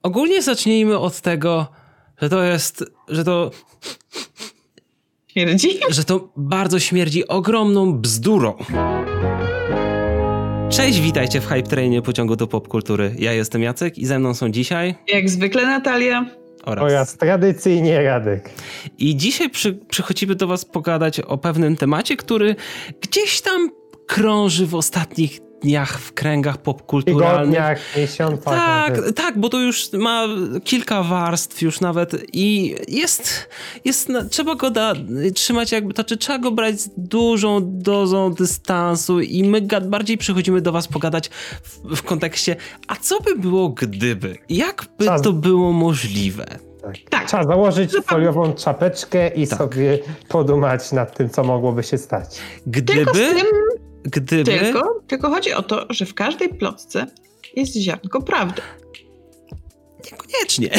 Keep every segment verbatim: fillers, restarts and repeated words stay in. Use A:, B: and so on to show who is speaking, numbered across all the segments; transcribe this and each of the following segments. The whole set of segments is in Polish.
A: ogólnie zacznijmy od tego, że to jest, że to...
B: Śmierdzi?
A: Że to bardzo śmierdzi ogromną bzdurą. Cześć, witajcie w Hype Trainie Pociągu do Popkultury. Ja jestem Jacek i ze mną są dzisiaj...
B: Jak zwykle Natalia.
C: Oraz, oraz tradycyjnie Radek.
A: I dzisiaj przy, przychodzimy do was pogadać o pewnym temacie, który gdzieś tam krąży w ostatnich dniach w kręgach popkulturalnych.
C: Tygodniach, miesiącach.
A: Tak, tak, bo to już ma kilka warstw już nawet i jest, jest trzeba go da, trzymać jakby, to czy trzeba go brać z dużą dozą dystansu i my bardziej przychodzimy do was pogadać w, w kontekście, a co by było gdyby? Jak by Czas. to było możliwe?
C: Tak. Tak. Trzeba założyć foliową czapeczkę i tak. sobie podumać nad tym, co mogłoby się stać.
A: Gdyby... Gdyby...
B: Tylko, tylko chodzi o to, że w każdej plotce jest ziarnko prawdy.
A: Niekoniecznie.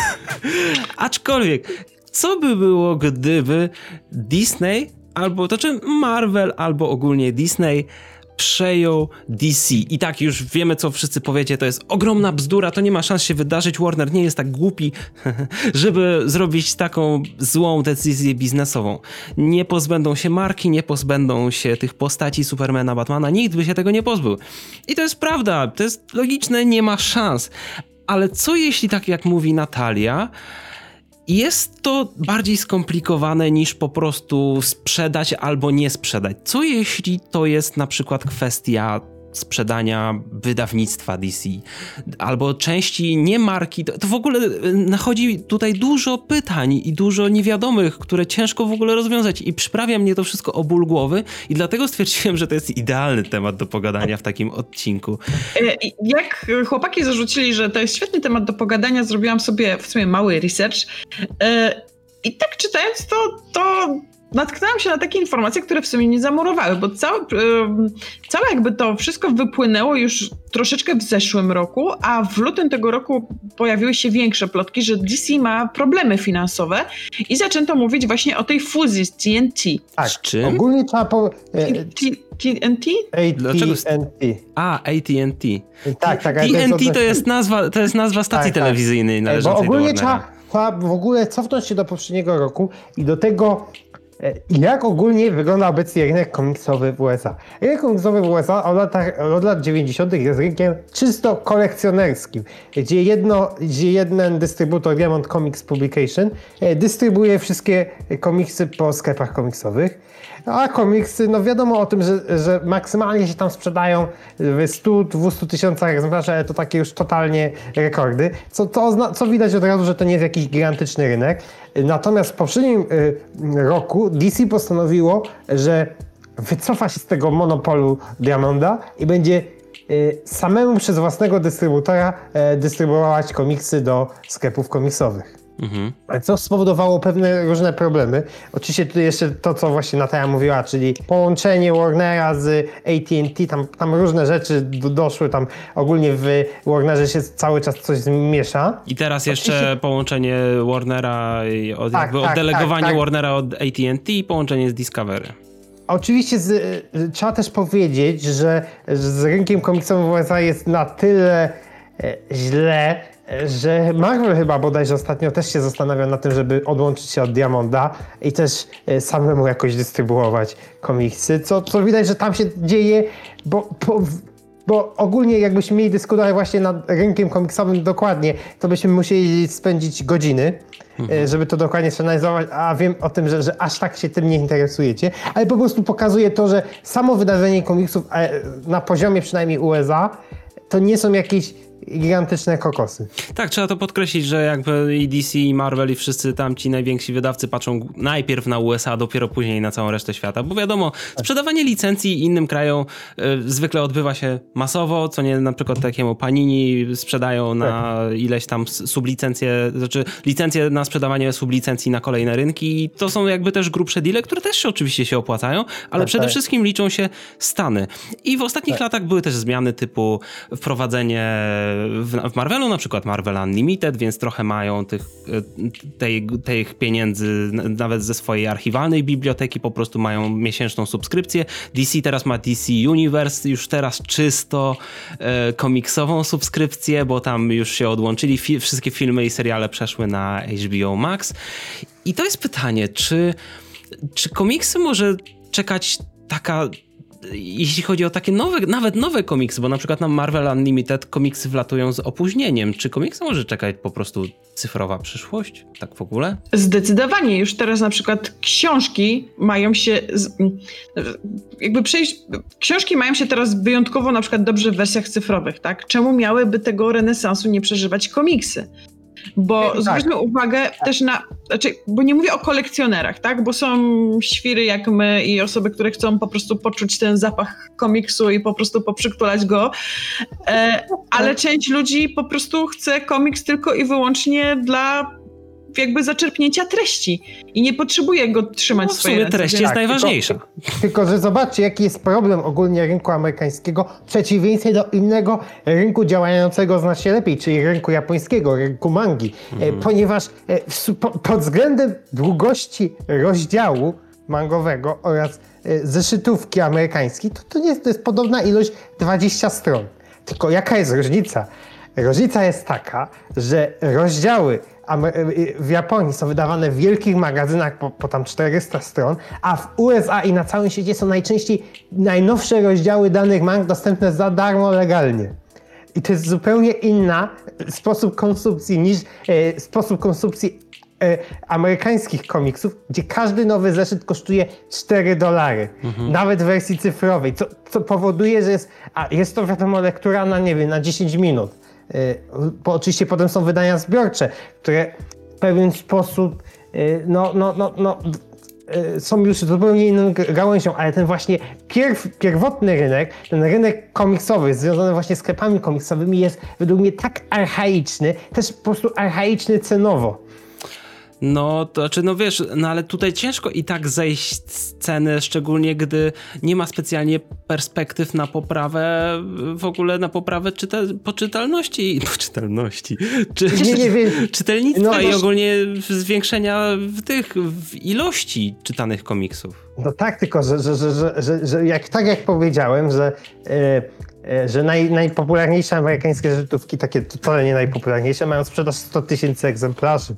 A: Aczkolwiek, co by było, gdyby Disney, albo to czy Marvel, albo ogólnie Disney przejął D C. I tak już wiemy, co wszyscy powiecie, to jest ogromna bzdura, to nie ma szans się wydarzyć, Warner nie jest tak głupi, żeby zrobić taką złą decyzję biznesową. Nie pozbędą się marki, nie pozbędą się tych postaci Supermana, Batmana, nikt by się tego nie pozbył. I to jest prawda, to jest logiczne, nie ma szans. Ale co jeśli, tak jak mówi Natalia, jest to bardziej skomplikowane niż po prostu sprzedać albo nie sprzedać. Co jeśli to jest na przykład kwestia sprzedania wydawnictwa D C albo części nie marki, to, to w ogóle nachodzi tutaj dużo pytań i dużo niewiadomych, które ciężko w ogóle rozwiązać i przyprawia mnie to wszystko o ból głowy i dlatego stwierdziłem, że to jest idealny temat do pogadania w takim odcinku.
B: Jak chłopaki zarzucili, że to jest świetny temat do pogadania, zrobiłam sobie w sumie mały research i tak czytając to, to natknęłam się na takie informacje, które w sumie mnie zamurowały, bo całe, całe jakby to wszystko wypłynęło już troszeczkę w zeszłym roku, a w lutym tego roku pojawiły się większe plotki, że D C ma problemy finansowe i zaczęto mówić właśnie o tej fuzji z T N T.
C: Tak,
A: z czym?
C: Ogólnie trzeba po...
B: T N T?
C: A T and T.
A: A, A T and T.
C: Tak, tak.
A: T N T to jest nazwa, to jest nazwa stacji
C: tak,
A: telewizyjnej
C: tak.
A: należącej
C: Bo ogólnie
A: do Warnera.
C: trzeba, trzeba w ogóle cofnąć się do poprzedniego roku i do tego, jak ogólnie wygląda obecnie rynek komiksowy w U S A. Rynek komiksowy w U S A od, latach, od lat dziewięćdziesiątych jest rynkiem czysto kolekcjonerskim, gdzie, jedno, gdzie jeden dystrybutor, Diamond Comics Publication, dystrybuuje wszystkie komiksy po sklepach komiksowych. A komiksy, no wiadomo o tym, że, że maksymalnie się tam sprzedają w stu do dwustu tysiącach egzemplarzy, ale to takie już totalnie rekordy. Co, to, co widać od razu, że to nie jest jakiś gigantyczny rynek. Natomiast w poprzednim y, roku D C postanowiło, że wycofa się z tego monopolu Diamonda i będzie y, samemu przez własnego dystrybutora y, dystrybuować komiksy do sklepów komiksowych. Mhm. Co spowodowało pewne różne problemy. Oczywiście tu jeszcze to, co właśnie Natalia mówiła, czyli połączenie Warnera z A T and T, tam, tam różne rzeczy do, doszły, tam ogólnie w Warnerze się cały czas coś miesza.
A: I teraz jeszcze Oczywiście... połączenie Warnera, od, tak, jakby tak, oddelegowanie tak, tak. Warnera od A T and T i połączenie z Discovery.
C: Oczywiście z, trzeba też powiedzieć, że z rynkiem komiksowym w U S A jest na tyle e, źle, że Marvel chyba bodajże ostatnio też się zastanawia na tym, żeby odłączyć się od Diamonda i też samemu jakoś dystrybuować komiksy, co, co widać, że tam się dzieje, bo, bo, bo ogólnie jakbyśmy mieli dyskutować właśnie nad rynkiem komiksowym dokładnie, to byśmy musieli spędzić godziny, mhm. żeby to dokładnie przeanalizować, a wiem o tym, że, że aż tak się tym nie interesujecie, ale po prostu pokazuje to, że samo wydarzenie komiksów na poziomie przynajmniej U S A to nie są jakieś gigantyczne kokosy.
A: Tak, trzeba to podkreślić, że jakby i D C, i Marvel, i wszyscy tamci najwięksi wydawcy patrzą najpierw na U S A, a dopiero później na całą resztę świata, bo wiadomo, sprzedawanie licencji innym krajom y, zwykle odbywa się masowo, co nie na przykład takiemu Panini sprzedają na ileś tam sublicencje, znaczy licencje na sprzedawanie sublicencji na kolejne rynki i to są jakby też grubsze deale, które też oczywiście się opłacają, ale tak, przede tak. wszystkim liczą się Stany. I w ostatnich tak. latach były też zmiany typu wprowadzenie w, w Marvelu, na przykład Marvel Unlimited, więc trochę mają tych, tej, tych pieniędzy nawet ze swojej archiwalnej biblioteki, po prostu mają miesięczną subskrypcję. D C teraz ma D C Universe, już teraz czysto e, komiksową subskrypcję, bo tam już się odłączyli, fi- wszystkie filmy i seriale przeszły na H B O Max. I to jest pytanie, czy, czy komiksy może czekać taka, jeśli chodzi o takie nowe, nawet nowe komiksy, bo na przykład na Marvel Unlimited komiksy wlatują z opóźnieniem. Czy komiksy może czekać po prostu cyfrowa przyszłość? Tak w ogóle?
B: Zdecydowanie. Już teraz na przykład książki mają się z, jakby przejść, książki mają się teraz wyjątkowo na przykład dobrze w wersjach cyfrowych, tak? Czemu miałyby tego renesansu nie przeżywać komiksy? Bo tak. Zwróćmy uwagę też na, znaczy, bo nie mówię o kolekcjonerach, tak? Bo są świry jak my i osoby, które chcą po prostu poczuć ten zapach komiksu i po prostu poprzyktulać go, e, ale część ludzi po prostu chce komiks tylko i wyłącznie dla jakby zaczerpnięcia treści i nie potrzebuje go trzymać
A: no,
B: w swojej ręce.
A: treść jest
C: tak,
A: najważniejsza.
C: Tylko, tylko, że zobaczcie, jaki jest problem ogólnie rynku amerykańskiego w przeciwieństwie do innego rynku działającego znacznie lepiej, czyli rynku japońskiego, rynku mangi. Mhm. E, ponieważ e, po, pod względem długości rozdziału mangowego oraz e, zeszytówki amerykańskiej, to, to, nie, to jest podobna ilość dwadzieścia stron. Tylko jaka jest różnica? Różnica jest taka, że rozdziały w Japonii są wydawane w wielkich magazynach po, po tam czterysta stron, a w U S A i na całym świecie są najczęściej najnowsze rozdziały danych mang dostępne za darmo legalnie. I to jest zupełnie inna sposób konsumpcji niż e, sposób konsumpcji e, amerykańskich komiksów, gdzie każdy nowy zeszyt kosztuje cztery dolary. Mhm. Nawet w wersji cyfrowej, co, co powoduje, że jest, a jest to wiadomo lektura na, nie wiem, na dziesięć minut. Bo oczywiście potem są wydania zbiorcze, które w pewien sposób no, no, no, no, są już zupełnie inną gałęzią, ale ten właśnie pierw, pierwotny rynek, ten rynek komiksowy związany właśnie z sklepami komiksowymi jest według mnie tak archaiczny, też po prostu archaiczny cenowo.
A: No, to znaczy, no wiesz, no ale tutaj ciężko i tak zejść z ceny, szczególnie gdy nie ma specjalnie perspektyw na poprawę, w ogóle na poprawę czyta- poczytalności, poczytalności, czy,
C: nie, nie wiem.
A: czytelnictwa
C: no,
A: i ogólnie zwiększenia w tych, w ilości czytanych komiksów.
C: No tak, tylko że, że, że, że, że, że jak, tak jak powiedziałem, że yy, że naj, najpopularniejsze amerykańskie zeszytówki, takie totalnie najpopularniejsze, mają sprzedaż sto tysięcy egzemplarzy,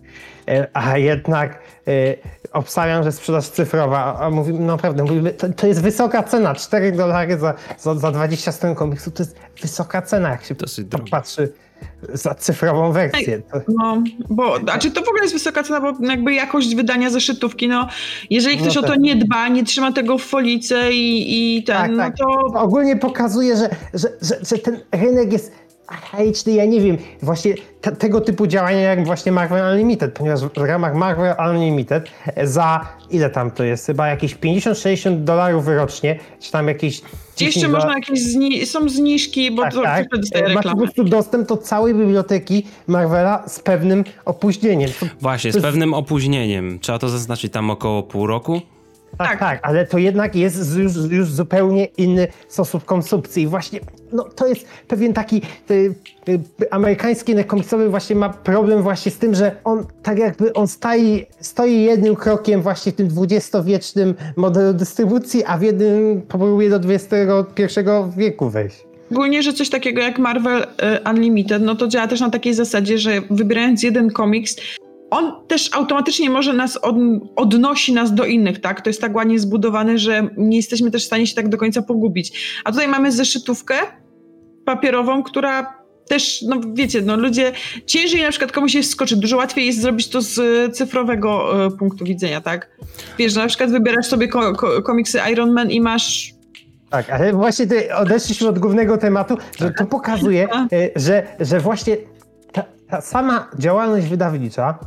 C: a jednak e, obstawiam, że sprzedaż cyfrowa, a mówimy naprawdę, mówimy, to, to jest wysoka cena, cztery dolary za, za, za dwadzieścia stron komiksu, to jest wysoka cena, jak się patrzy za cyfrową wersję.
B: No, bo, a czy to w ogóle jest wysoka cena, bo jakby jakość wydania zeszytów, no, jeżeli ktoś no tak. o to nie dba, nie trzyma tego w folice i, i ten, tak, no
C: tak.
B: to...
C: to... Ogólnie pokazuje, że, że, że, że ten rynek jest archaiczny, ja nie wiem, właśnie te, tego typu działania jak właśnie Marvel Unlimited, ponieważ w ramach Marvel Unlimited za ile tam to jest, chyba jakieś pięćdziesiąt sześćdziesiąt dolarów rocznie, czy tam jakieś...
B: Jeszcze można jakieś, zni- są zniżki, bo
C: tak,
B: to
C: tak.
B: dostaje
C: Masz
B: reklamę.
C: po prostu dostęp do całej biblioteki Marvela z pewnym opóźnieniem. To,
A: Właśnie,
C: to
A: z pewnym opóźnieniem. Trzeba to zaznaczyć, tam około pół roku?
C: Tak, tak, tak, ale to jednak jest już, już zupełnie inny sposób konsumpcji. I właśnie no, to jest pewien taki y, y, amerykański rynek komiksowy właśnie ma problem właśnie z tym, że on tak jakby on stoi, stoi jednym krokiem właśnie w tym dwudziestowiecznym modelu dystrybucji, a w jednym próbuje do dwudziestego pierwszego wieku wejść.
B: Ogólnie, że coś takiego jak Marvel Unlimited, no to działa też na takiej zasadzie, że wybierając jeden komiks, on też automatycznie może nas od, odnosi nas do innych, tak? To jest tak ładnie zbudowane, że nie jesteśmy też w stanie się tak do końca pogubić. A tutaj mamy zeszytówkę papierową, która też, no wiecie, no ludzie, ciężej na przykład komuś jest skoczyć, dużo łatwiej jest zrobić to z cyfrowego y, punktu widzenia, tak? Wiesz, na przykład wybierasz sobie ko- ko- komiksy Iron Man i masz...
C: Tak, ale właśnie tutaj odeszliśmy od głównego tematu, że to pokazuje, y, że, że właśnie ta, ta sama działalność wydawnicza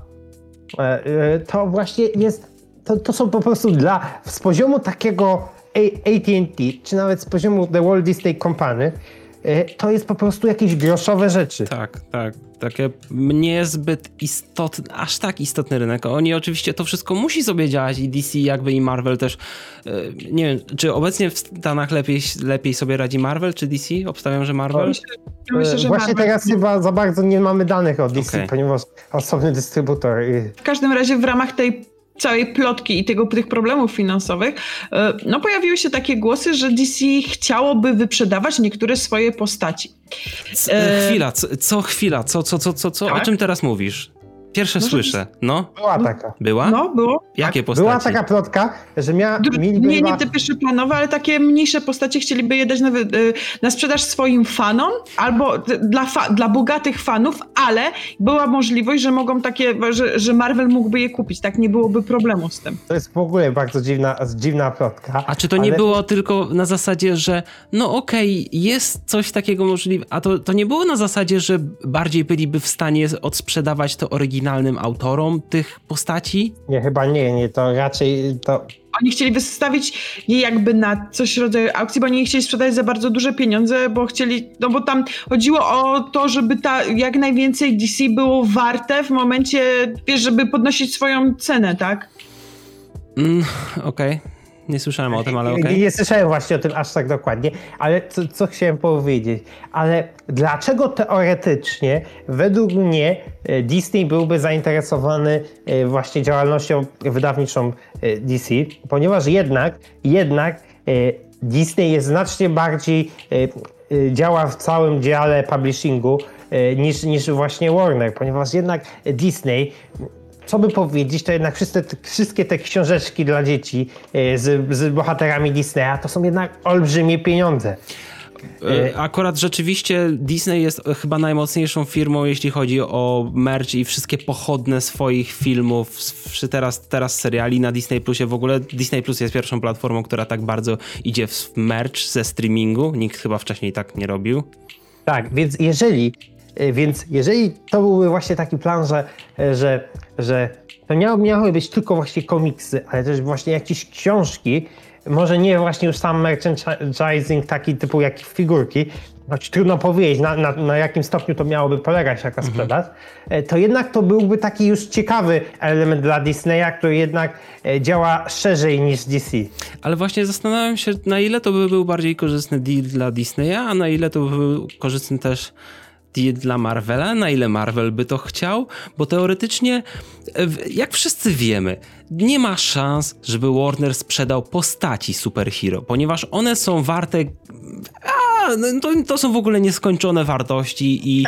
C: to właśnie jest, to, to są po prostu dla, z poziomu takiego A T and T, czy nawet z poziomu The Walt Disney Company, to jest po prostu jakieś groszowe rzeczy.
A: Tak, tak. Takie niezbyt istotny, aż tak istotny rynek. Oni oczywiście to wszystko musi sobie działać i D C jakby i Marvel też. Nie wiem, czy obecnie w Stanach lepiej, lepiej sobie radzi Marvel czy D C? Obstawiam, że Marvel?
B: Myślę, myślę, że
C: Właśnie
B: Marvel...
C: teraz chyba za bardzo nie mamy danych o D C,
A: Okay.
C: ponieważ osobny dystrybutor.
B: W każdym razie w ramach tej całej plotki i tego, tych problemów finansowych, no pojawiły się takie głosy, że D C chciałoby wyprzedawać niektóre swoje postaci.
A: C- chwila, co, co chwila, co, co, co, co, co
B: tak?
A: o czym teraz mówisz? Pierwsze
B: No,
A: słyszę, no.
C: Była taka.
A: Była?
B: No, było.
A: Jakie postaci?
C: Była taka plotka, że mia,
B: Dru-
C: mieliby
B: nie,
C: chyba...
B: nie te pierwszoplanowe, ale takie mniejsze postacie chcieliby je dać na, wy- y, na sprzedaż swoim fanom albo d- dla, fa- dla bogatych fanów, ale była możliwość, że mogą takie, że, że Marvel mógłby je kupić, tak nie byłoby problemu z tym.
C: To jest w ogóle bardzo dziwna, dziwna plotka.
A: A czy to nie
C: ale...
A: było tylko na zasadzie, że no okej, okay, jest coś takiego możliwe, a to, to nie było na zasadzie, że bardziej byliby w stanie odsprzedawać to oryginalnym autorom tych postaci?
C: Nie, chyba nie, nie, to raczej to...
B: Oni chcieli wystawić je jakby na coś w rodzaju aukcji, bo oni nie chcieli sprzedać za bardzo duże pieniądze, bo chcieli, no bo tam chodziło o to, żeby ta jak najwięcej D C było warte w momencie, wiesz, żeby podnosić swoją cenę, tak?
A: Mm, okej. Okay. Nie słyszałem o tym, ale okej. Okay.
C: Nie, nie słyszałem właśnie o tym aż tak dokładnie, ale co, co chciałem powiedzieć? Ale dlaczego teoretycznie według mnie Disney byłby zainteresowany właśnie działalnością wydawniczą D C? Ponieważ jednak, jednak Disney jest znacznie bardziej działa w całym dziale publishingu niż, niż właśnie Warner, ponieważ jednak Disney, co by powiedzieć, to jednak wszystkie, wszystkie te książeczki dla dzieci z, z bohaterami Disneya to są jednak olbrzymie pieniądze.
A: Akurat rzeczywiście Disney jest chyba najmocniejszą firmą, jeśli chodzi o merch i wszystkie pochodne swoich filmów, teraz, teraz seriali na Disney Plusie. W ogóle Disney Plus jest pierwszą platformą, która tak bardzo idzie w merch ze streamingu. Nikt chyba wcześniej tak nie robił.
C: Tak, więc jeżeli Więc jeżeli to byłby właśnie taki plan, że, że, że to miały, miały być tylko właśnie komiksy, ale też właśnie jakieś książki, może nie właśnie już sam merchandising taki typu jak figurki, choć trudno powiedzieć na, na, na jakim stopniu to miałoby polegać taka sprzedaż, mhm. to jednak to byłby taki już ciekawy element dla Disneya, który jednak działa szerzej niż D C.
A: Ale właśnie zastanawiam się, na ile to by był bardziej korzystny deal dla Disneya, a na ile to by był korzystny też deal dla Marvela, na ile Marvel by to chciał, bo teoretycznie, jak wszyscy wiemy, nie ma szans, żeby Warner sprzedał postaci superhero, ponieważ one są warte... A, to, to są w ogóle nieskończone wartości i,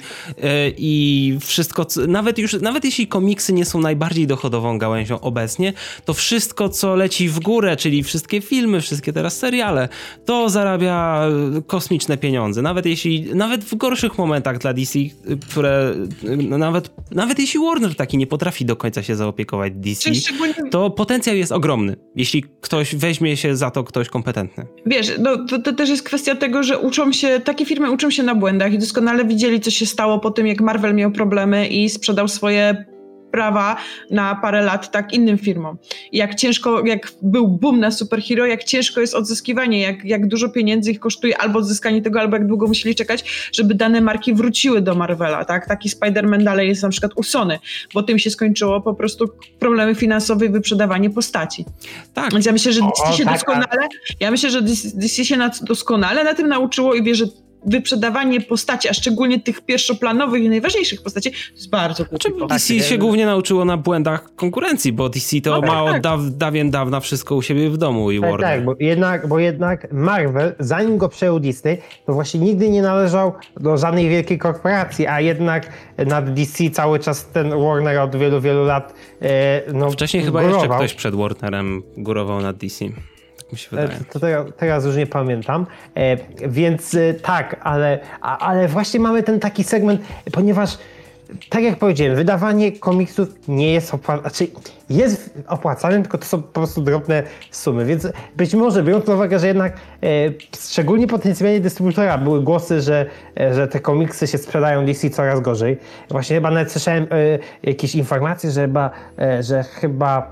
A: i wszystko, co, nawet już, nawet jeśli komiksy nie są najbardziej dochodową gałęzią obecnie, to wszystko, co leci w górę, czyli wszystkie filmy, wszystkie teraz seriale, to zarabia kosmiczne pieniądze. Nawet jeśli, nawet w gorszych momentach dla D C, które nawet, nawet jeśli Warner taki nie potrafi do końca się zaopiekować D C, to potencjał jest ogromny, jeśli ktoś weźmie się za to ktoś kompetentny.
B: Wiesz, no to, to też jest kwestia tego, że uczą się, takie firmy uczą się na błędach i doskonale widzieli, co się stało po tym, jak Marvel miał problemy i sprzedał swoje prawa na parę lat tak innym firmom. I jak ciężko, jak był boom na superhero, jak ciężko jest odzyskiwanie, jak, jak dużo pieniędzy ich kosztuje albo odzyskanie tego, albo jak długo musieli czekać, żeby dane marki wróciły do Marvela, tak? Taki Spider-Man dalej jest na przykład u Sony, bo tym się skończyło po prostu problemy finansowe i wyprzedawanie postaci.
A: Tak.
B: Więc ja myślę, że D C
C: o,
B: się
C: tak,
B: doskonale, ja myślę, że D C się na, doskonale na tym nauczyło i wie, że wyprzedawanie postaci, a szczególnie tych pierwszoplanowych i najważniejszych postaci, to jest bardzo głupi
A: pomysł. D C się głównie nauczyło na błędach konkurencji, bo D C to no tak, ma od tak. daw, dawien dawna wszystko u siebie w domu i
C: tak,
A: Warner.
C: Tak, bo jednak, bo jednak Marvel, zanim go przejął Disney, to właśnie nigdy nie należał do żadnej wielkiej korporacji, a jednak nad D C cały czas ten Warner od wielu, wielu lat e, no,
A: Wcześniej chyba
C: górował.
A: jeszcze ktoś przed Warnerem górował nad D C. Mi się wydaje.
C: To teraz, teraz już nie pamiętam, e, więc e, tak, ale, a, ale właśnie mamy ten taki segment, ponieważ tak jak powiedziałem, wydawanie komiksów nie jest opłacalne, znaczy jest opłacalne, tylko to są po prostu drobne sumy, więc być może biorąc pod uwagę, że jednak e, szczególnie potencjalnie dystrybutora były głosy, że, e, że te komiksy się sprzedają D C coraz gorzej. Właśnie chyba nawet słyszałem e, jakieś informacje, że chyba, e, że chyba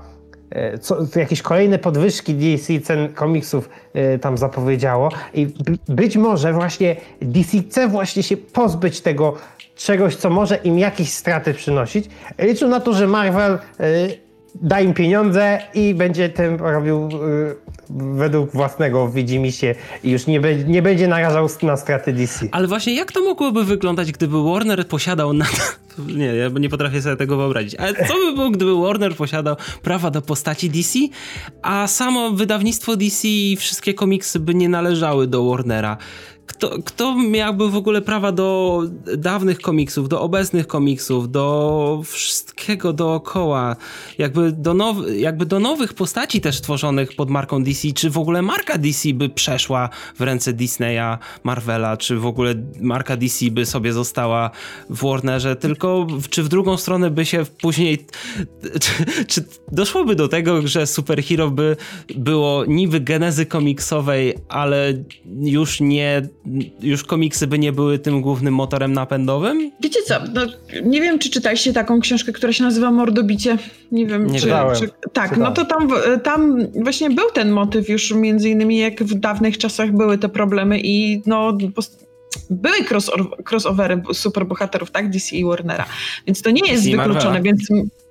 C: co, jakieś kolejne podwyżki D C cen komiksów tam zapowiedziało i być może właśnie D C chce właśnie się pozbyć tego czegoś, co może im jakieś straty przynosić. Liczą na to, że Marvel da im pieniądze i będzie tym robił według własnego widzimisię i już nie, be, nie będzie narażał na straty D C.
A: Ale właśnie jak to mogłoby wyglądać, gdyby Warner posiadał na... Nie, ja nie potrafię sobie tego wyobrazić. Ale co by było, gdyby Warner posiadał prawa do postaci D C, a samo wydawnictwo D C i wszystkie komiksy by nie należały do Warnera? Kto, kto miałby w ogóle prawa do dawnych komiksów, do obecnych komiksów, do wszystkiego dookoła, jakby do, now, jakby do nowych postaci też tworzonych pod marką D C, czy w ogóle marka D C by przeszła w ręce Disneya, Marvela, czy w ogóle marka D C by sobie została w Warnerze, tylko czy w drugą stronę by się później, czy, czy doszłoby do tego, że superhero by było niby genezy komiksowej, ale już nie już komiksy by nie były tym głównym motorem napędowym?
B: Wiecie co, no, nie wiem, czy czytaliście taką książkę, która się nazywa Mordobicie. Nie wiem,
A: nie
B: czy,
C: czytałem.
B: czy... Tak,
C: Czytałem.
B: no to tam, tam właśnie był ten motyw już między innymi, jak w dawnych czasach były te problemy i no... Post- były cross- crossovery superbohaterów, tak? D C i Warnera. Więc to nie jest wykluczone, więc...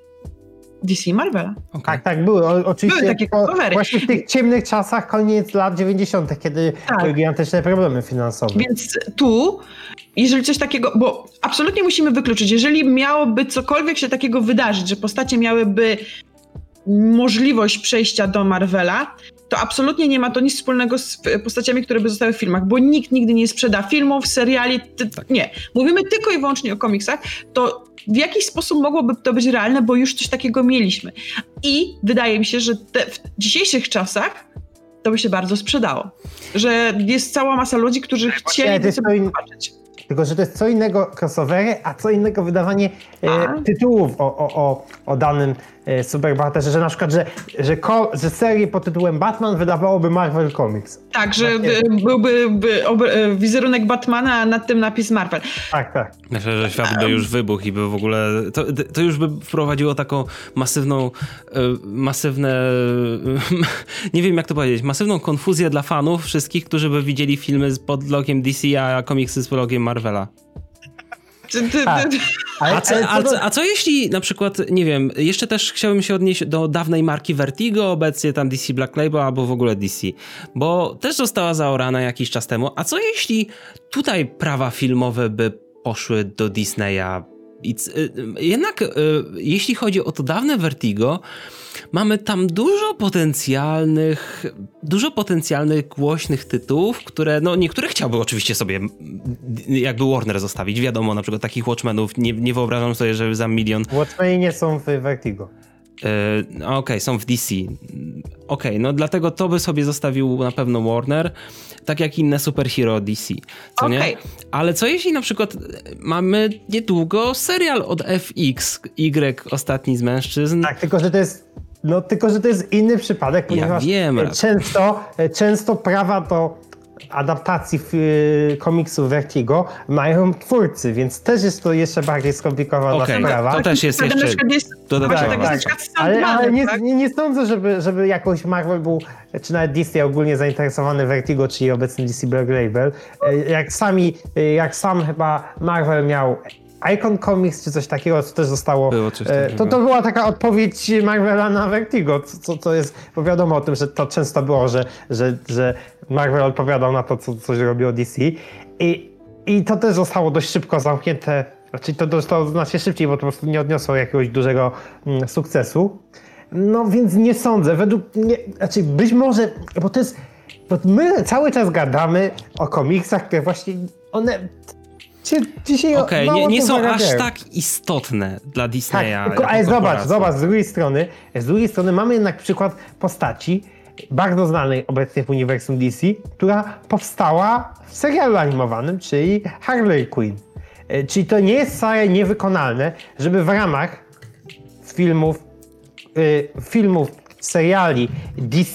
B: D C i Marvela.
A: Okay.
C: Tak, tak, były. O, oczywiście
B: Były takie crossovery.
C: Właśnie w tych ciemnych czasach, koniec lat dziewięćdziesiątych, kiedy
B: Tak.
C: były gigantyczne problemy finansowe.
B: Więc tu, jeżeli coś takiego, bo absolutnie musimy wykluczyć, jeżeli miałoby cokolwiek się takiego wydarzyć, że postacie miałyby możliwość przejścia do Marvela, to absolutnie nie ma to nic wspólnego z postaciami, które by zostały w filmach, bo nikt nigdy nie sprzeda filmów, seriali, ty,
A: Tak.
B: nie. Mówimy tylko i wyłącznie o komiksach, to w jakiś sposób mogłoby to być realne, bo już coś takiego mieliśmy. I wydaje mi się, że te, w dzisiejszych czasach to by się bardzo sprzedało. Że jest cała masa ludzi, którzy chcieli
C: to
B: sobie
C: in...
B: zobaczyć.
C: Tylko, że to jest co innego crossovery, a co innego wydawanie e,
B: A.
C: tytułów o, o, o, o danym e, superbohaterze, że na przykład, że, że, ko, że serię pod tytułem Batman wydawałoby Marvel Comics.
B: Tak, że by, byłby by, ob- wizerunek Batmana, a nad tym napis Marvel.
C: Tak, tak.
A: Myślę, że świat by już wybuchł i by w ogóle... To, to już by wprowadziło taką masywną, masywne... Nie wiem jak to powiedzieć. Masywną konfuzję dla fanów wszystkich, którzy by widzieli filmy pod logiem D C, a komiksy z logiem Marvela.
B: Ty, ty,
C: Tak.
B: ty,
C: Ale,
A: A co,
C: ale
A: a,
C: co do-
A: co, a co jeśli na przykład, nie wiem, jeszcze też chciałbym się odnieść do dawnej marki Vertigo, obecnie tam D C Black Label albo w ogóle D C, bo też została zaorana jakiś czas temu. A co jeśli tutaj prawa filmowe by poszły do Disneya? I, y, jednak y, jeśli chodzi o to dawne Vertigo, mamy tam dużo potencjalnych, dużo potencjalnych głośnych tytułów, które, no niektóre chciałby oczywiście sobie jakby Warner zostawić. Wiadomo, na przykład takich Watchmenów nie, nie wyobrażam sobie, że za milion...
C: Watchmeni nie są w Vertigo.
A: Yy, Okej, okay, są w D C. Okej, okay, no dlatego to by sobie zostawił na pewno Warner, tak jak inne superhero D C, co
B: Okay.
A: nie? Ale co jeśli na przykład mamy niedługo serial od F X, Y, Ostatni z Mężczyzn?
C: Tak, tylko że to jest, no, tylko, że to jest inny przypadek, ponieważ
A: wiem,
C: e,
A: Rad.
C: często, e, często prawa do adaptacji w, e, komiksu Vertigo mają twórcy, więc też jest to jeszcze bardziej skomplikowana
A: Okej,
C: sprawa.
A: to też jest
B: Wtedy na
A: jeszcze
B: przykład jest,
A: dodatkowa.
B: właśnie tak
C: Tak,
B: jest na
C: tak.
B: przykład z
C: Ale, ale
B: Sandmanem,
C: nie,
B: tak?
C: nie, nie sądzę, żeby, żeby jakoś Marvel był, czy nawet D C ogólnie zainteresowany Vertigo, czyli obecny D C Black Label. E, Jak sami, e, jak sam chyba Marvel miał Icon Comics czy coś takiego, co też zostało.
A: Było coś
C: e,
A: takiego.
C: to, to była taka odpowiedź Marvela na Vertigo, co, co, co jest, bo wiadomo o tym, że to często było, że, że, że Marvel odpowiadał na to, co coś robiło D C. I, I to też zostało dość szybko zamknięte. Znaczy to zostało znacznie szybciej, bo to po prostu nie odniosło jakiegoś dużego mm, sukcesu. No więc nie sądzę. Według mnie, znaczy być może, bo to jest, bo my cały czas gadamy o komiksach, które właśnie one się dzisiaj
A: Okej,
C: mało
A: nie, nie
C: to
A: są aż
C: zarabiają.
A: tak istotne dla
C: Tak,
A: Disneya.
C: tylko,
A: jako
C: ale zobacz,
A: korporacji.
C: zobacz, z drugiej strony, z drugiej strony mamy jednak przykład postaci bardzo znanej obecnie w uniwersum D C, która powstała w serialu animowanym, czyli Harley Quinn. E, Czyli to nie jest wcale niewykonalne, żeby w ramach filmów, y, filmów, seriali D C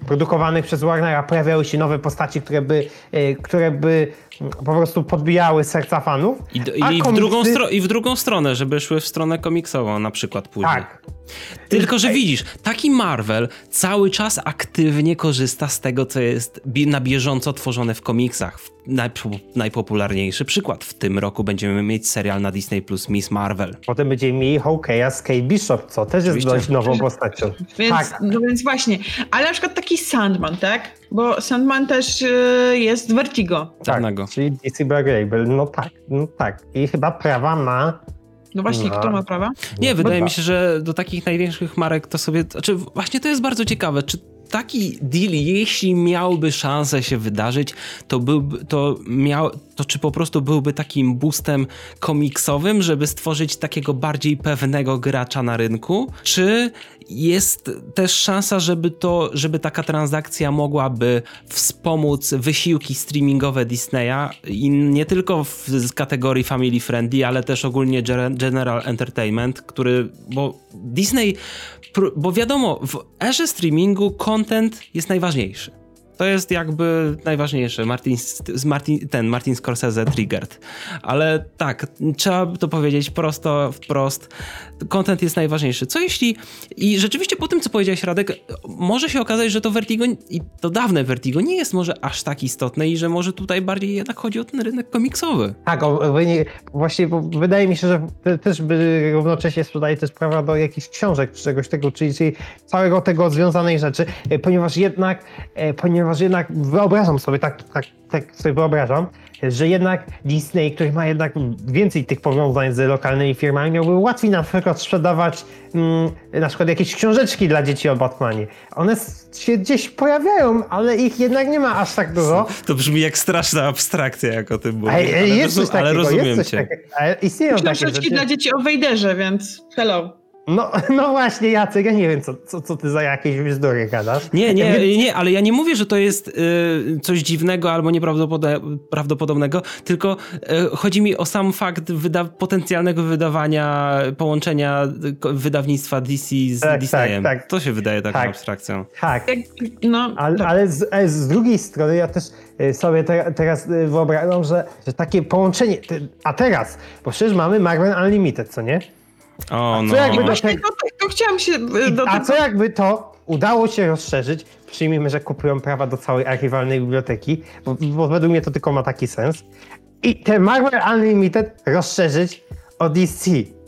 C: produkowanych przez Warnera pojawiały się nowe postaci, które by, e, które by po prostu podbijały serca fanów.
A: I, do, i,
C: komiksy...
A: w drugą stro- I w drugą stronę, żeby szły w stronę komiksową na przykład później. Tak. Tylko, że widzisz, taki Marvel cały czas aktywnie korzysta z tego, co jest na bieżąco tworzone w komiksach. Najp- najpopularniejszy przykład. W tym roku będziemy mieć serial na Disney Plus Miss Marvel.
C: Potem będziemy mieli Hawkeye'a z Kate Bishop, co też Oczywiście. jest dość nową postacią.
B: Więc,
C: tak.
B: No więc właśnie. Ale na przykład taki Sandman, tak? Bo Sandman też yy, jest Vertigo.
C: Tak, czyli D C Black Label. No tak, no tak. I chyba prawa ma...
B: No właśnie, no. Kto ma prawa?
A: Nie,
C: no,
A: wydaje
C: chyba.
A: mi się, że do takich największych marek to sobie... Znaczy właśnie to jest bardzo ciekawe, czy taki deal, jeśli miałby szansę się wydarzyć, to byłby, to miał, to czy po prostu byłby takim boostem komiksowym, żeby stworzyć takiego bardziej pewnego gracza na rynku, czy jest też szansa, żeby to, żeby taka transakcja mogłaby wspomóc wysiłki streamingowe Disneya i nie tylko w z kategorii family friendly, ale też ogólnie general entertainment, który, bo Disney, bo wiadomo, w erze streamingu content jest najważniejszy. To jest jakby najważniejsze. Martin, Martin, ten Martin Scorsese triggered. Ale tak, trzeba to powiedzieć prosto, wprost. Content jest najważniejszy. Co jeśli... I rzeczywiście po tym, co powiedziałeś, Radek, może się okazać, że to Vertigo, i to dawne Vertigo, nie jest może aż tak istotne i że może tutaj bardziej jednak chodzi o ten rynek komiksowy.
C: Tak, o, właśnie bo wydaje mi się, że też by równocześnie tutaj też sprawa do jakichś książek czy czegoś tego, czyli, czyli całego tego związanej rzeczy, ponieważ jednak, ponieważ Ponieważ jednak wyobrażam sobie, tak, tak, tak sobie wyobrażam, że jednak Disney, który ma jednak więcej tych powiązań z lokalnymi firmami, miałby łatwiej na przykład sprzedawać mm, na przykład jakieś książeczki dla dzieci o Batmanie. One się gdzieś pojawiają, ale ich jednak nie ma aż tak dużo.
A: To brzmi jak straszna abstrakcja, jak o tym mówię.
C: Ale, ale, jest coś takiego,
A: ale rozumiem
C: jest coś
A: cię.
C: Takie, ale istnieją
B: książeczki
C: takie rzeczy.
B: dla dzieci o Wejderze, więc hello.
C: No, no właśnie, Jacek, ja nie wiem, co, co, co ty za jakieś bzdury gadasz.
A: Nie, nie, nie, ale ja nie mówię, że to jest y, coś dziwnego albo nieprawdopodobnego, tylko y, chodzi mi o sam fakt wyda- potencjalnego wydawania, połączenia wydawnictwa D C z
C: tak,
A: Disneyem.
C: Tak, tak.
A: To się wydaje taką
C: tak.
A: abstrakcją.
C: Tak,
B: no,
C: ale,
B: tak.
C: ale, z, ale z drugiej strony ja też sobie te, teraz wyobrażam, że, że takie połączenie, a teraz, bo przecież mamy Marvel Unlimited, co nie?
A: O, no.
C: Co jakby do
B: Właśnie
C: tego...
B: to, to chciałam się... Do
C: A
B: tego...
C: co jakby to udało się rozszerzyć, przyjmijmy, że kupują prawa do całej archiwalnej biblioteki, bo, bo według mnie to tylko ma taki sens, i te Marvel Unlimited rozszerzyć o D C.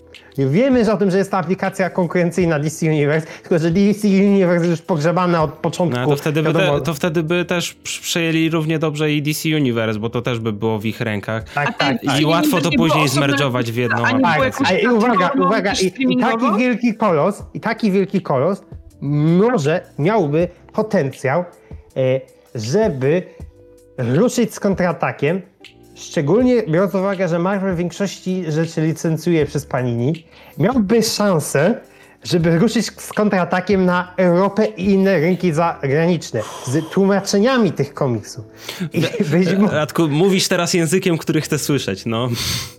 C: Wiemy że o tym, że jest ta aplikacja konkurencyjna D C Universe, tylko że D C Universe jest już pogrzebane od początku.
A: No, to, wtedy by te, to wtedy by też przejęli równie dobrze i D C Universe, bo to też by było w ich rękach.
C: Tak, tak.
A: I, i łatwo to później zmerdżować w jedną aplikację.
C: Tak, i uwaga, uwaga, i, i taki wielki kolos, i taki wielki kolos może miałby potencjał, e, żeby ruszyć z kontratakiem, szczególnie biorąc pod uwagę, że Marvel w większości rzeczy licencjuje przez Panini, miałby szansę, żeby ruszyć z kontratakiem na Europę i inne rynki zagraniczne, z tłumaczeniami tych komiksów. I być mo-
A: Radku, mówisz teraz językiem, który chcę słyszeć, no.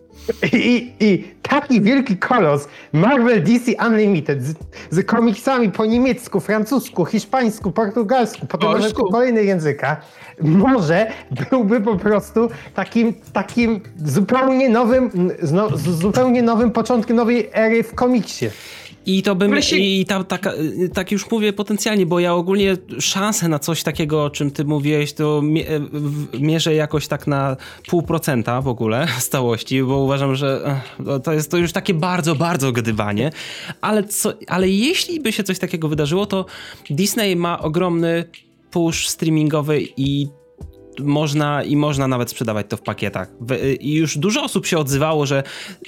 C: I, I taki wielki kolos Marvel D C Unlimited z, z komiksami po niemiecku, francusku, hiszpańsku, portugalsku, potem nawet po kolejnych językach, może byłby po prostu takim, takim zupełnie nowym, no, zupełnie nowym początkiem nowej ery w komiksie.
A: I to bym, i ta, taka, tak już mówię potencjalnie, bo ja ogólnie szansę na coś takiego, o czym ty mówiłeś, to mierzę jakoś tak na pół procenta w ogóle z całości, bo uważam, że to jest to już takie bardzo, bardzo gdybanie, ale, co, ale jeśli by się coś takiego wydarzyło, to Disney ma ogromny push streamingowy i można i można nawet sprzedawać to w pakietach. I już dużo osób się odzywało, że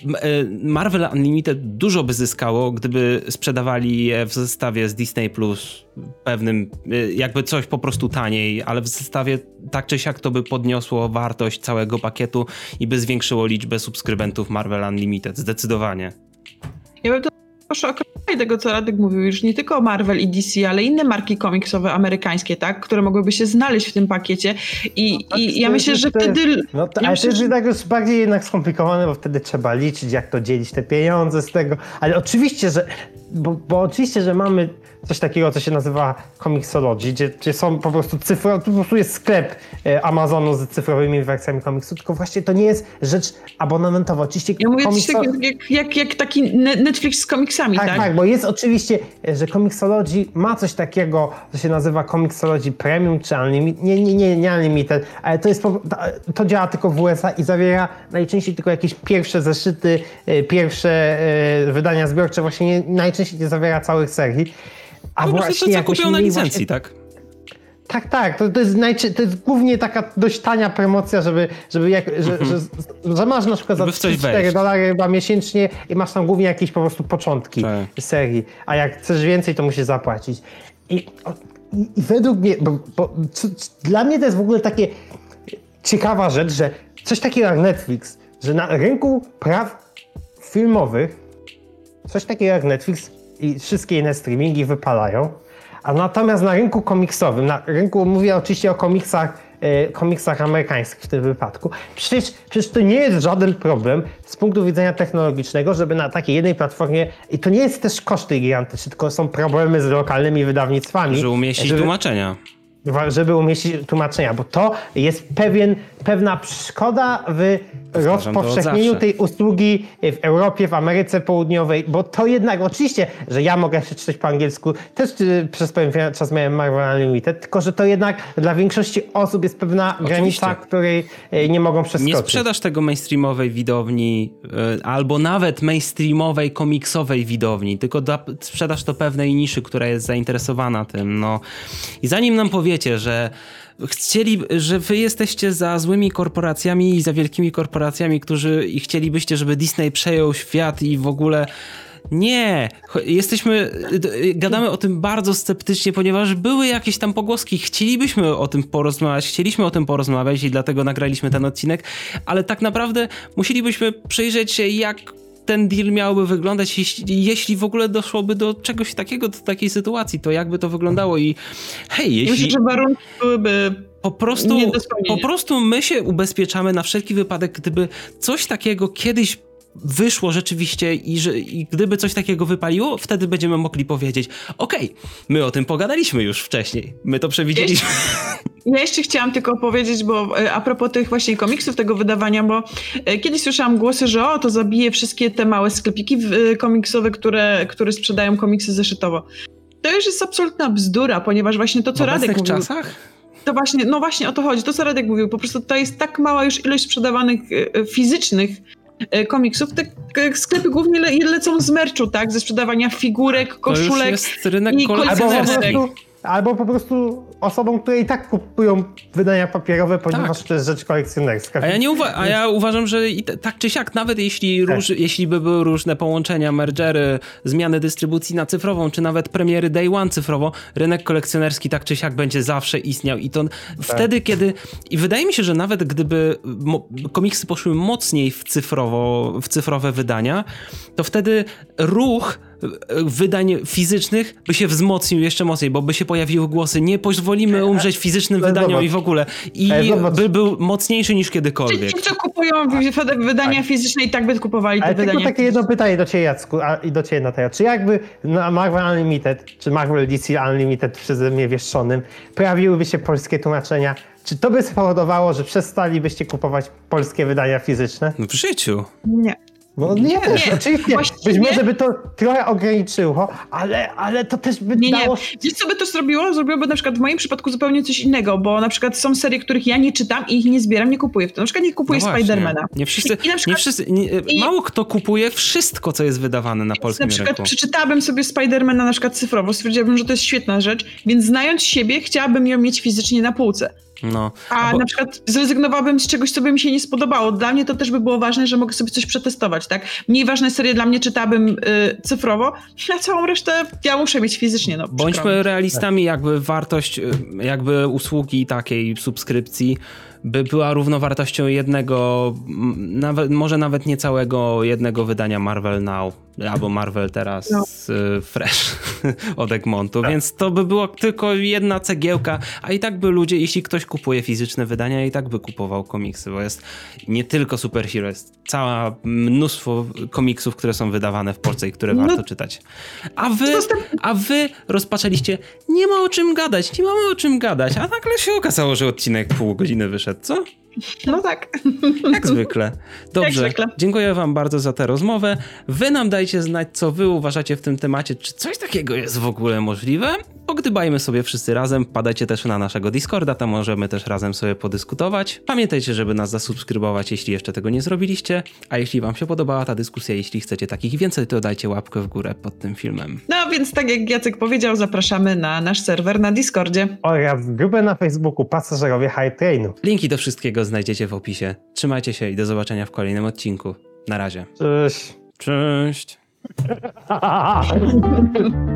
A: Marvel Unlimited dużo by zyskało, gdyby sprzedawali je w zestawie z Disney Plus pewnym, jakby coś po prostu taniej, ale w zestawie tak czy siak to by podniosło wartość całego pakietu i by zwiększyło liczbę subskrybentów Marvel Unlimited. Zdecydowanie.
B: Ja bym to proszę o tego, co Radek mówił, już nie tylko Marvel i D C, ale inne marki komiksowe amerykańskie, tak, które mogłyby się znaleźć w tym pakiecie i, no, i to, ja myślę, że to, wtedy...
C: No to,
B: ja
C: ale
B: myślę,
C: to jest
B: że...
C: tak już bardziej jednak skomplikowane, bo wtedy trzeba liczyć, jak to dzielić te pieniądze z tego, ale oczywiście, że bo, bo oczywiście, że mamy coś takiego, co się nazywa Comixology, gdzie, gdzie są po prostu cyfrowe, po prostu jest sklep Amazonu z cyfrowymi wersjami komiksu, tylko właśnie to nie jest rzecz abonamentowa. Oczywiście
B: ja mówię
C: komikso...
B: coś takiego jak, jak, jak taki Netflix z komiksami, tak?
C: Tak, tak, bo jest oczywiście, że Comixology ma coś takiego, co się nazywa Comixology Premium czy Unlimited, nie, nie, nie, nie Unlimited, ale to jest, to działa tylko w U S A i zawiera najczęściej tylko jakieś pierwsze zeszyty, pierwsze wydania zbiorcze, właśnie nie, najczęściej nie zawiera całych serii. A
A: po
C: właśnie
A: prostu to, co kupią na licencji,
C: właśnie...
A: tak?
C: Tak, tak, to, to, jest najczy... to jest głównie taka dość tania promocja, żeby, żeby jak, że, że, że masz na przykład za trzy cztery dolary chyba miesięcznie i masz tam głównie jakieś po prostu początki tak. serii, a jak chcesz więcej, to musisz zapłacić. I, i, i według mnie, bo, bo co, dla mnie to jest w ogóle takie ciekawa rzecz, że coś takiego jak Netflix, że na rynku praw filmowych coś takiego jak Netflix i wszystkie inne streamingi wypalają, a natomiast na rynku komiksowym, na rynku, mówię oczywiście o komiksach, e, komiksach amerykańskich w tym wypadku, przecież, przecież to nie jest żaden problem z punktu widzenia technologicznego, żeby na takiej jednej platformie, i to nie jest też koszty gigantyczne, tylko są problemy z lokalnymi wydawnictwami.
A: Żeby umieścić żeby, tłumaczenia.
C: Żeby umieścić tłumaczenia, bo to jest pewien, pewna przeszkoda w Powtarzam rozpowszechnieniu tej usługi w Europie, w Ameryce Południowej, bo to jednak oczywiście, że ja mogę przeczytać po angielsku, też przez pewien czas miałem Marvel Unlimited, tylko że to jednak dla większości osób jest pewna oczywiście. granica, której nie mogą przeskoczyć.
A: Nie sprzedasz tego mainstreamowej widowni albo nawet mainstreamowej komiksowej widowni, tylko da, sprzedasz to pewnej niszy, która jest zainteresowana tym. No. I zanim nam powiecie, że chcieli, że wy jesteście za złymi korporacjami i za wielkimi korporacjami, którzy i chcielibyście, żeby Disney przejął świat i w ogóle nie, jesteśmy, gadamy o tym bardzo sceptycznie, ponieważ były jakieś tam pogłoski, chcielibyśmy o tym porozmawiać, chcieliśmy o tym porozmawiać i dlatego nagraliśmy ten odcinek, ale tak naprawdę musielibyśmy przyjrzeć się, jak ten deal miałby wyglądać, jeśli, jeśli w ogóle doszłoby do czegoś takiego, do takiej sytuacji, to jakby to wyglądało i hej, jeśli...
B: Myślę, że warunki byłyby
A: po prostu, po prostu my się ubezpieczamy na wszelki wypadek, gdyby coś takiego kiedyś wyszło rzeczywiście i, że, i gdyby coś takiego wypaliło, wtedy będziemy mogli powiedzieć, okej, okay, my o tym pogadaliśmy już wcześniej, my to przewidzieliśmy.
B: Ja jeszcze chciałam tylko powiedzieć, bo a propos tych właśnie komiksów, tego wydawania, bo kiedyś słyszałam głosy, że o, to zabije wszystkie te małe sklepiki komiksowe, które, które sprzedają komiksy zeszytowo. To już jest absolutna bzdura, ponieważ właśnie to, co Radek mówił... W obecnych
A: czasach?
B: To właśnie, no właśnie o to chodzi, to co Radek mówił, po prostu to jest tak mała już ilość sprzedawanych fizycznych komiksów, te sklepy głównie le, lecą z merchu, tak? Ze sprzedawania figurek, koszulek. To już
A: jest rynek kolekcjonerski.
C: Albo po prostu osobom, które i tak kupują wydania papierowe, ponieważ tak. to jest rzecz kolekcjonerska.
A: A ja, nie uwa- a ja uważam, że i t- tak czy siak, nawet jeśli, tak. róż, jeśli by były różne połączenia, mergery, zmiany dystrybucji na cyfrową, czy nawet premiery day one cyfrowo, rynek kolekcjonerski tak czy siak będzie zawsze istniał i to tak. wtedy, kiedy... I wydaje mi się, że nawet gdyby mo- komiksy poszły mocniej w, cyfrowo, w cyfrowe wydania, to wtedy ruch wydań fizycznych by się wzmocnił jeszcze mocniej, bo by się pojawiły głosy, nie pozwolimy umrzeć fizycznym wydaniom i w ogóle. I by był mocniejszy niż kiedykolwiek.
B: Ci, co kupują wydania fizyczne i tak by kupowali te
C: Ale
B: wydania.
C: tylko takie jedno pytanie do ciebie, Jacku, a, i do ciebie, Natalia. Czy jakby na Marvel Unlimited, czy Marvel D C Unlimited przeze mnie wieszczonym, pojawiłyby się polskie tłumaczenia, czy to by spowodowało, że przestalibyście kupować polskie wydania fizyczne?
A: W życiu.
B: Nie.
C: No nie, nie też, oczywiście, być może by to trochę ograniczyło, ale, ale to też by
B: nie,
C: dało...
B: Nie, wiesz co by to zrobiło? Zrobiłoby na przykład w moim przypadku zupełnie coś innego, bo na przykład są serie, których ja nie czytam i ich nie zbieram, nie kupuję w tym. Na przykład nie kupuję no Spidermana.
A: Nie wszyscy, I, i przykład, nie wszyscy nie, i, mało kto kupuje wszystko, co jest wydawane na polskim rynku. Na przykład rynku. Przeczytałabym sobie Spidermana na przykład cyfrowo, stwierdziłabym, że to jest świetna rzecz, więc znając siebie, chciałabym ją mieć fizycznie na półce. No,
B: a bo... na przykład zrezygnowałabym z czegoś, co by mi się nie spodobało. Dla mnie to też by było ważne, że mogę sobie coś przetestować, tak? Mniej ważne serie dla mnie czytałabym y, cyfrowo, a całą resztę ja muszę mieć fizycznie. No,
A: bądźmy realistami, jakby wartość jakby usługi takiej subskrypcji by była równowartością jednego, nawet, może nawet nie całego jednego wydania Marvel Now. albo Marvel teraz
B: No.
A: y, Fresh od Egmontu, więc to by było tylko jedna cegiełka, a i tak by ludzie, jeśli ktoś kupuje fizyczne wydania, i tak by kupował komiksy, bo jest nie tylko superhero, jest cała mnóstwo komiksów, które są wydawane w Polsce i które
B: No.
A: warto czytać. A wy,
B: Dostęp...
A: a wy rozpaczaliście, nie ma o czym gadać, nie mamy o czym gadać, a nagle się okazało, że odcinek pół godziny wyszedł, co?
B: No tak.
A: Jak zwykle. Dobrze,
B: zwykle.
A: dziękuję wam bardzo za tę rozmowę. Wy nam dajcie znać, co wy uważacie w tym temacie, czy coś takiego jest w ogóle możliwe. Pogdybajmy sobie wszyscy razem, wpadajcie też na naszego Discorda, tam możemy też razem sobie podyskutować. Pamiętajcie, żeby nas zasubskrybować, jeśli jeszcze tego nie zrobiliście, a jeśli wam się podobała ta dyskusja, jeśli chcecie takich więcej, to dajcie łapkę w górę pod tym filmem.
B: No więc tak jak Jacek powiedział, zapraszamy na nasz serwer na Discordzie.
C: Oraz grupę na Facebooku Pasażerowie High Trainu.
A: Linki do wszystkiego znajdziecie w opisie. Trzymajcie się i do zobaczenia w kolejnym odcinku. Na razie.
C: Cześć.
A: Cześć.